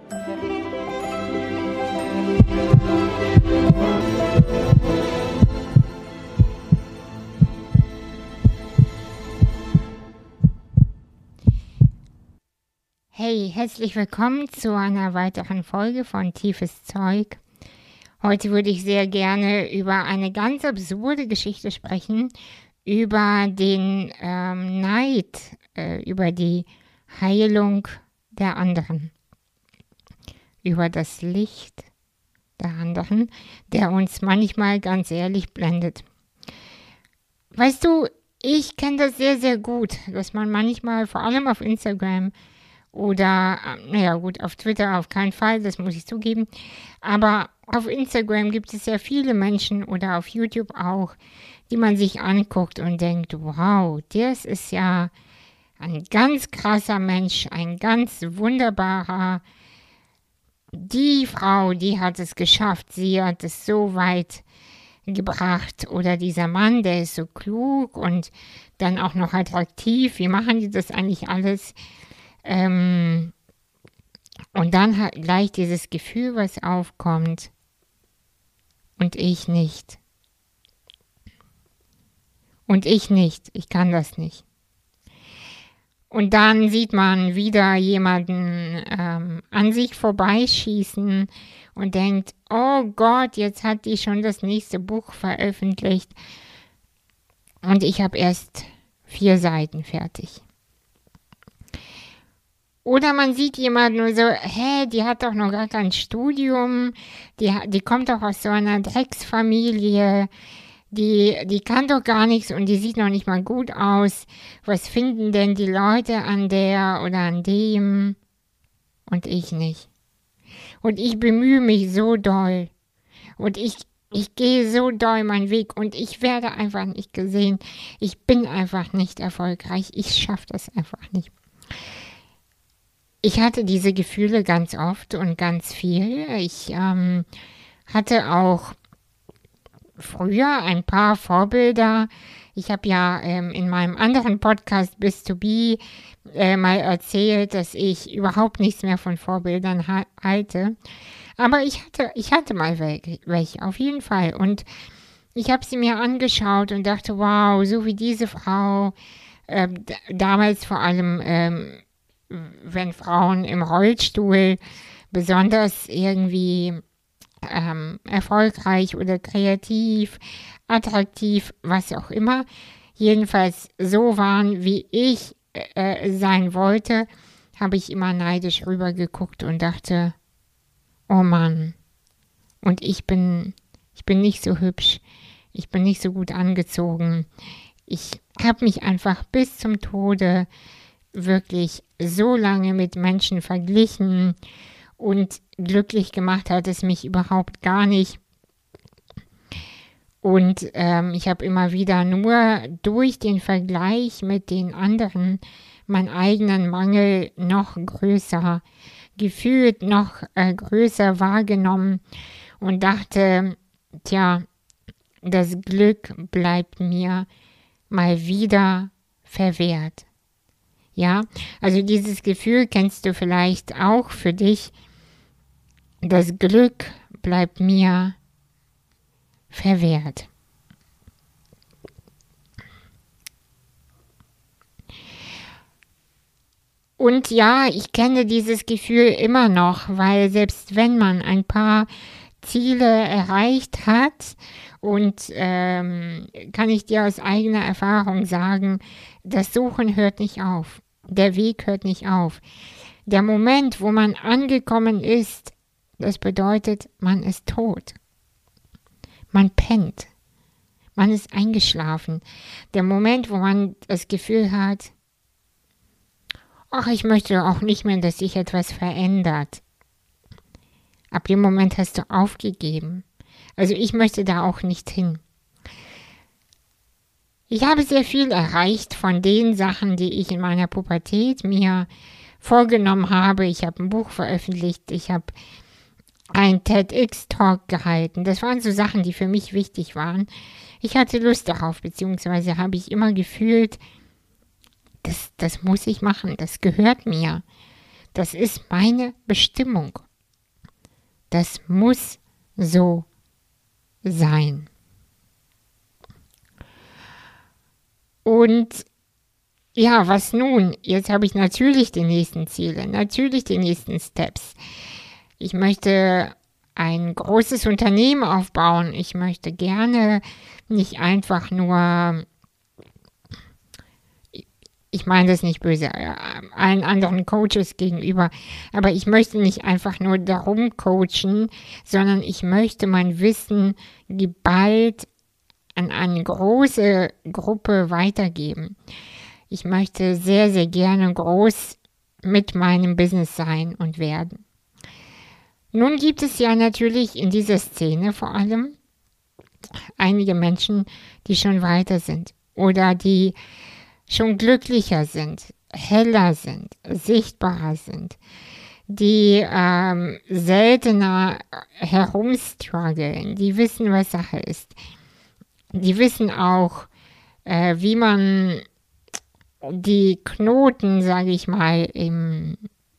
Hey, herzlich willkommen zu einer weiteren Folge von Tiefes Zeug. Heute würde ich sehr gerne über eine ganz absurde Geschichte sprechen, über den Neid, über die Heilung der anderen, über das Licht der anderen, der uns manchmal ganz ehrlich blendet. Weißt du, ich kenne das sehr, sehr gut, dass man manchmal, vor allem auf Instagram, oder, naja gut, auf Twitter auf keinen Fall, das muss ich zugeben. Aber auf Instagram gibt es ja viele Menschen oder auf YouTube auch, die man sich anguckt und denkt, wow, das ist ja ein ganz krasser Mensch, ein ganz wunderbarer. Die Frau, die hat es geschafft, sie hat es so weit gebracht. Oder dieser Mann, der ist so klug und dann auch noch attraktiv. Wie machen die das eigentlich alles? Und dann hat gleich dieses Gefühl, was aufkommt, und ich nicht. Und ich nicht, ich kann das nicht. Und dann sieht man wieder jemanden an sich vorbeischießen und denkt, oh Gott, jetzt hat die schon das nächste Buch veröffentlicht. Und ich habe erst 4 Seiten fertig. Oder man sieht jemanden und so, die hat doch noch gar kein Studium, die kommt doch aus so einer Drecksfamilie, die kann doch gar nichts und die sieht noch nicht mal gut aus. Was finden denn die Leute an der oder an dem? Und ich nicht. Und ich bemühe mich so doll. Und ich gehe so doll meinen Weg und ich werde einfach nicht gesehen. Ich bin einfach nicht erfolgreich. Ich schaffe das einfach nicht. Ich hatte diese Gefühle ganz oft und ganz viel. Ich hatte auch früher ein paar Vorbilder. Ich habe ja in meinem anderen Podcast Biz2B mal erzählt, dass ich überhaupt nichts mehr von Vorbildern halte. Aber ich hatte mal welche, auf jeden Fall. Und ich habe sie mir angeschaut und dachte, wow, so wie diese Frau, damals vor allem wenn Frauen im Rollstuhl besonders irgendwie erfolgreich oder kreativ, attraktiv, was auch immer, jedenfalls so waren, wie ich sein wollte, habe ich immer neidisch rübergeguckt und dachte, oh Mann, und ich bin nicht so hübsch, ich bin nicht so gut angezogen, ich habe mich einfach bis zum Tode wirklich so lange mit Menschen verglichen und glücklich gemacht hat es mich überhaupt gar nicht. Und ich habe immer wieder nur durch den Vergleich mit den anderen meinen eigenen Mangel noch größer gefühlt, noch größer wahrgenommen und dachte, tja, das Glück bleibt mir mal wieder verwehrt. Ja, also dieses Gefühl kennst du vielleicht auch für dich. Das Glück bleibt mir verwehrt. Und ja, ich kenne dieses Gefühl immer noch, weil selbst wenn man ein paar Ziele erreicht hat und kann ich dir aus eigener Erfahrung sagen, das Suchen hört nicht auf. Der Weg hört nicht auf. Der Moment, wo man angekommen ist, das bedeutet, man ist tot. Man pennt. Man ist eingeschlafen. Der Moment, wo man das Gefühl hat, ach, ich möchte auch nicht mehr, dass sich etwas verändert. Ab dem Moment hast du aufgegeben. Also ich möchte da auch nicht hin. Ich habe sehr viel erreicht von den Sachen, die ich in meiner Pubertät mir vorgenommen habe. Ich habe ein Buch veröffentlicht, ich habe einen TEDx-Talk gehalten. Das waren so Sachen, die für mich wichtig waren. Ich hatte Lust darauf, beziehungsweise habe ich immer gefühlt, das muss ich machen, das gehört mir. Das ist meine Bestimmung. Das muss so sein. Und ja, was nun? Jetzt habe ich natürlich die nächsten Ziele, natürlich die nächsten Steps. Ich möchte ein großes Unternehmen aufbauen. Ich möchte gerne nicht einfach nur, ich meine das nicht böse, allen anderen Coaches gegenüber, aber ich möchte nicht einfach nur darum coachen, sondern ich möchte mein Wissen geballt an eine große Gruppe weitergeben. Ich möchte sehr, sehr gerne groß mit meinem Business sein und werden. Nun gibt es ja natürlich in dieser Szene vor allem einige Menschen, die schon weiter sind oder die schon glücklicher sind, heller sind, sichtbarer sind, die seltener herumstruggeln, die wissen, was Sache ist. Die wissen auch, wie man die Knoten, sage ich mal, im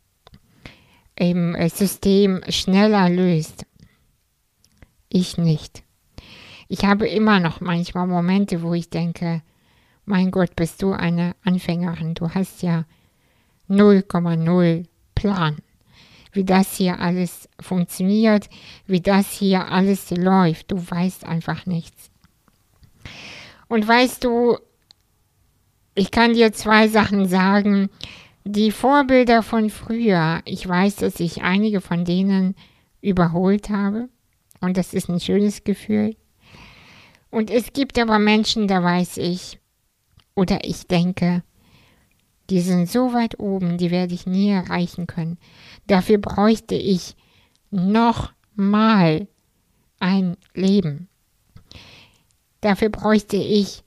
System schneller löst. Ich nicht. Ich habe immer noch manchmal Momente, wo ich denke, mein Gott, bist du eine Anfängerin, du hast ja 0,0 Plan, wie das hier alles funktioniert, wie das hier alles läuft. Du weißt einfach nichts. Und weißt du, ich kann dir 2 Sachen sagen. Die Vorbilder von früher, ich weiß, dass ich einige von denen überholt habe. Und das ist ein schönes Gefühl. Und es gibt aber Menschen, da weiß ich, oder ich denke, die sind so weit oben, die werde ich nie erreichen können. Dafür bräuchte ich nochmal ein Leben. Dafür bräuchte ich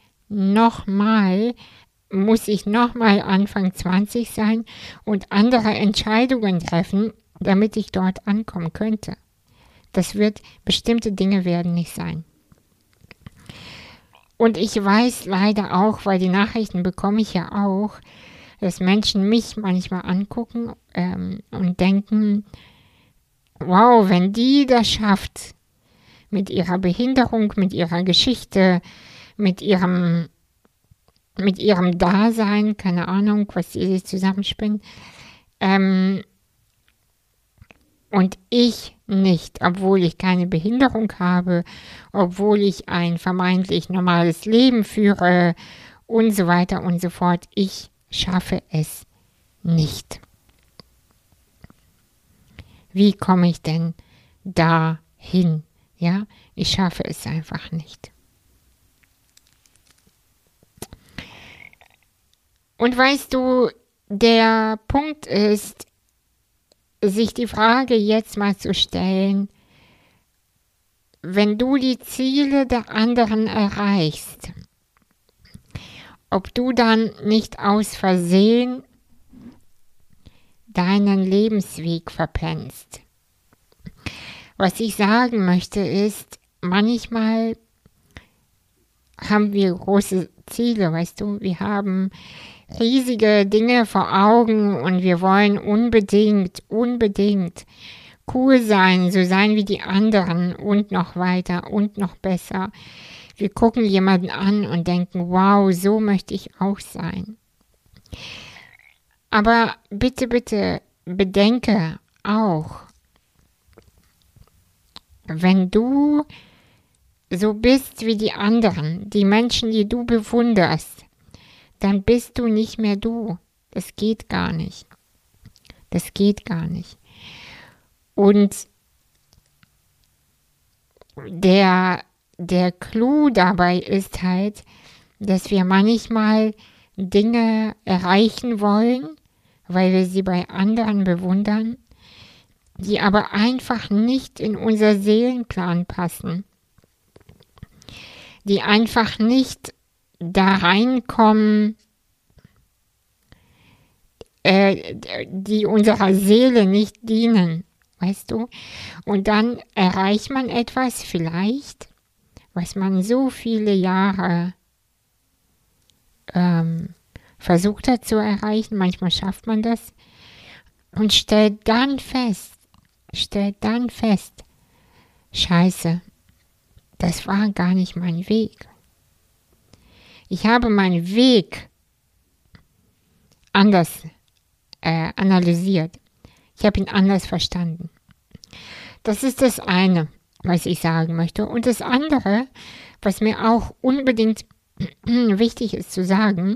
muss ich nochmal Anfang 20 sein und andere Entscheidungen treffen, damit ich dort ankommen könnte. Bestimmte Dinge werden nicht sein. Und ich weiß leider auch, weil die Nachrichten bekomme ich ja auch, dass Menschen mich manchmal angucken und denken, wow, wenn die das schafft, mit ihrer Behinderung, mit ihrer Geschichte, mit ihrem Dasein, keine Ahnung, was sie sich zusammenspinnen, und ich nicht, obwohl ich keine Behinderung habe, obwohl ich ein vermeintlich normales Leben führe und so weiter und so fort. Ich schaffe es nicht. Wie komme ich denn dahin? Ja, ich schaffe es einfach nicht. Und weißt du, der Punkt ist, sich die Frage jetzt mal zu stellen, wenn du die Ziele der anderen erreichst, ob du dann nicht aus Versehen deinen Lebensweg verpennst. Was ich sagen möchte ist, manchmal haben wir große Ziele, weißt du, wir haben riesige Dinge vor Augen und wir wollen unbedingt cool sein, so sein wie die anderen und noch weiter und noch besser. Wir gucken jemanden an und denken, wow, so möchte ich auch sein. Aber bitte, bitte bedenke auch, wenn du so bist wie die anderen, die Menschen, die du bewunderst, dann bist du nicht mehr du. Das geht gar nicht. Das geht gar nicht. Und der Clou dabei ist halt, dass wir manchmal Dinge erreichen wollen, weil wir sie bei anderen bewundern, die aber einfach nicht in unser Seelenplan passen, die einfach nicht da reinkommen, die unserer Seele nicht dienen, weißt du? Und dann erreicht man etwas vielleicht, was man so viele Jahre versucht hat zu erreichen. Manchmal schafft man das, und stell dann fest, Scheiße, das war gar nicht mein Weg. Ich habe meinen Weg anders analysiert. Ich habe ihn anders verstanden. Das ist das eine, was ich sagen möchte. Und das andere, was mir auch unbedingt wichtig ist zu sagen,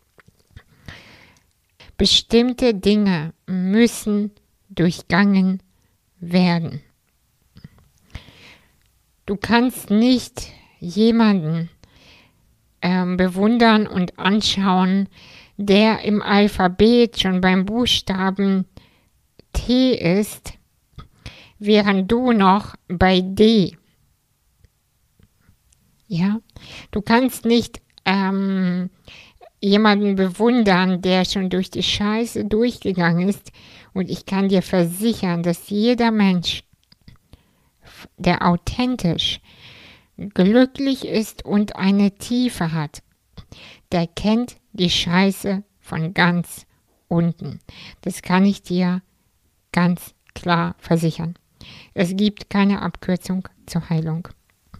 bestimmte Dinge müssen durchgangen werden. Du kannst nicht jemanden bewundern und anschauen, der im Alphabet schon beim Buchstaben T ist, während du noch bei D. Ja, du kannst nicht jemanden bewundern, der schon durch die Scheiße durchgegangen ist. Und ich kann dir versichern, dass jeder Mensch, der authentisch glücklich ist und eine Tiefe hat, der kennt die Scheiße von ganz unten. Das kann ich dir ganz klar versichern. Es gibt keine Abkürzung zur Heilung.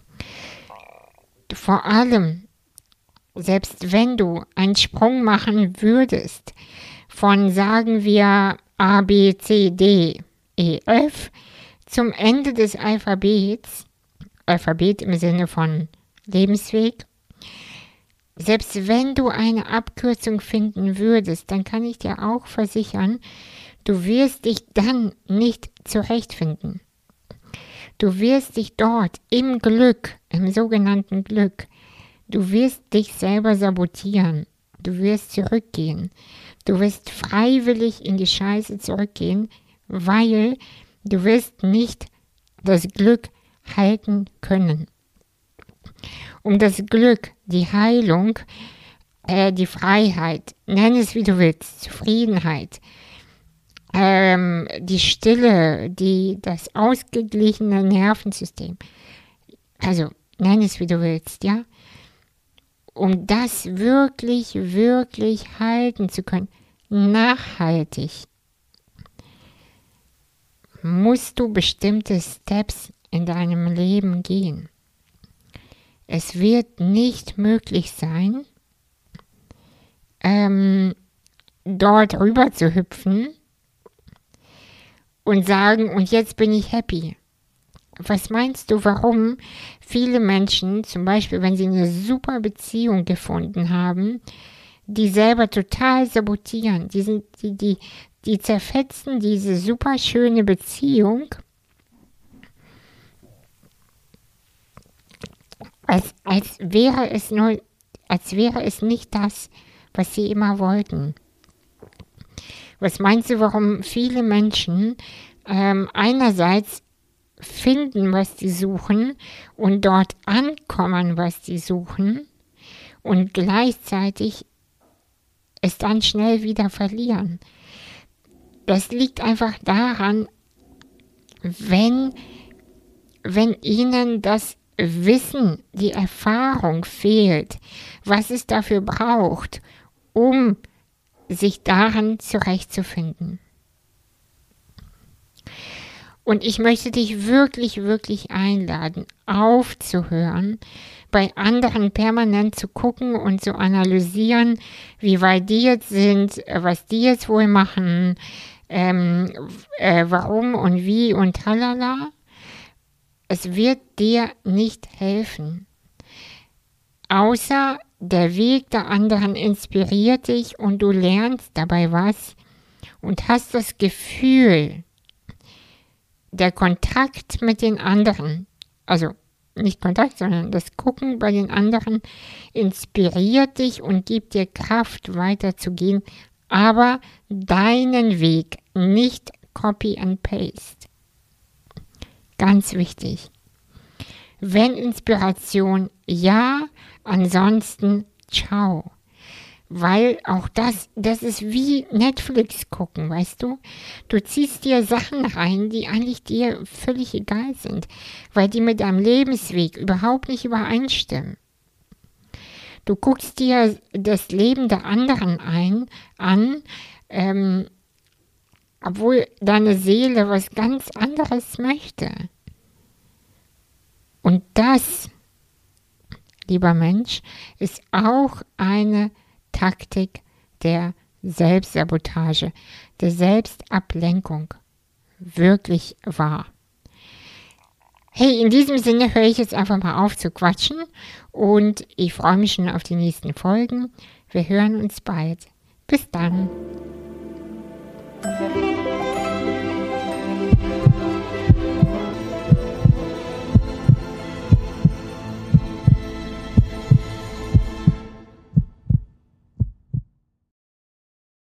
Vor allem, selbst wenn du einen Sprung machen würdest von, sagen wir, A, B, C, D, E, F zum Ende des Alphabets, Alphabet im Sinne von Lebensweg, selbst wenn du eine Abkürzung finden würdest, dann kann ich dir auch versichern, du wirst dich dann nicht zurechtfinden. Du wirst dich dort im Glück, im sogenannten Glück, du wirst dich selber sabotieren. Du wirst zurückgehen. Du wirst freiwillig in die Scheiße zurückgehen, weil du wirst nicht das Glück halten können. Um das Glück, die Heilung, die Freiheit, nenn es wie du willst, Zufriedenheit, die Stille, das ausgeglichene Nervensystem, also nenn es wie du willst, ja, um das wirklich, wirklich halten zu können, nachhaltig, musst du bestimmte Steps in deinem Leben gehen. Es wird nicht möglich sein, dort rüber zu hüpfen und sagen, und jetzt bin ich happy. Was meinst du, warum viele Menschen, zum Beispiel, wenn sie eine super Beziehung gefunden haben, die selber total sabotieren, die zerfetzen diese super schöne Beziehung, als wäre es nicht das, was sie immer wollten. Was meinst du, warum viele Menschen einerseits finden, was sie suchen und dort ankommen, was sie suchen und gleichzeitig es dann schnel wieder verlieren? Das liegt einfach daran, wenn ihnen das Wissen, die Erfahrung fehlt, was es dafür braucht, um sich darin zurechtzufinden. Und ich möchte dich wirklich, wirklich einladen, aufzuhören, bei anderen permanent zu gucken und zu analysieren, wie weit die jetzt sind, was die jetzt wohl machen, warum und wie und tralala. Es wird dir nicht helfen. Außer der Weg der anderen inspiriert dich und du lernst dabei was und hast das Gefühl, der Kontakt mit den anderen, also nicht Kontakt, sondern das Gucken bei den anderen inspiriert dich und gibt dir Kraft weiterzugehen, aber deinen Weg, nicht Copy and Paste. Ganz wichtig. Wenn Inspiration, ja, ansonsten ciao. Weil auch das ist wie Netflix gucken, weißt du? Du ziehst dir Sachen rein, die eigentlich dir völlig egal sind, weil die mit deinem Lebensweg überhaupt nicht übereinstimmen. Du guckst dir das Leben der anderen an, obwohl deine Seele was ganz anderes möchte. Und das, lieber Mensch, ist auch eine Taktik der Selbstsabotage, der Selbstablenkung. Wirklich wahr. Hey, in diesem Sinne höre ich jetzt einfach mal auf zu quatschen und ich freue mich schon auf die nächsten Folgen. Wir hören uns bald. Bis dann.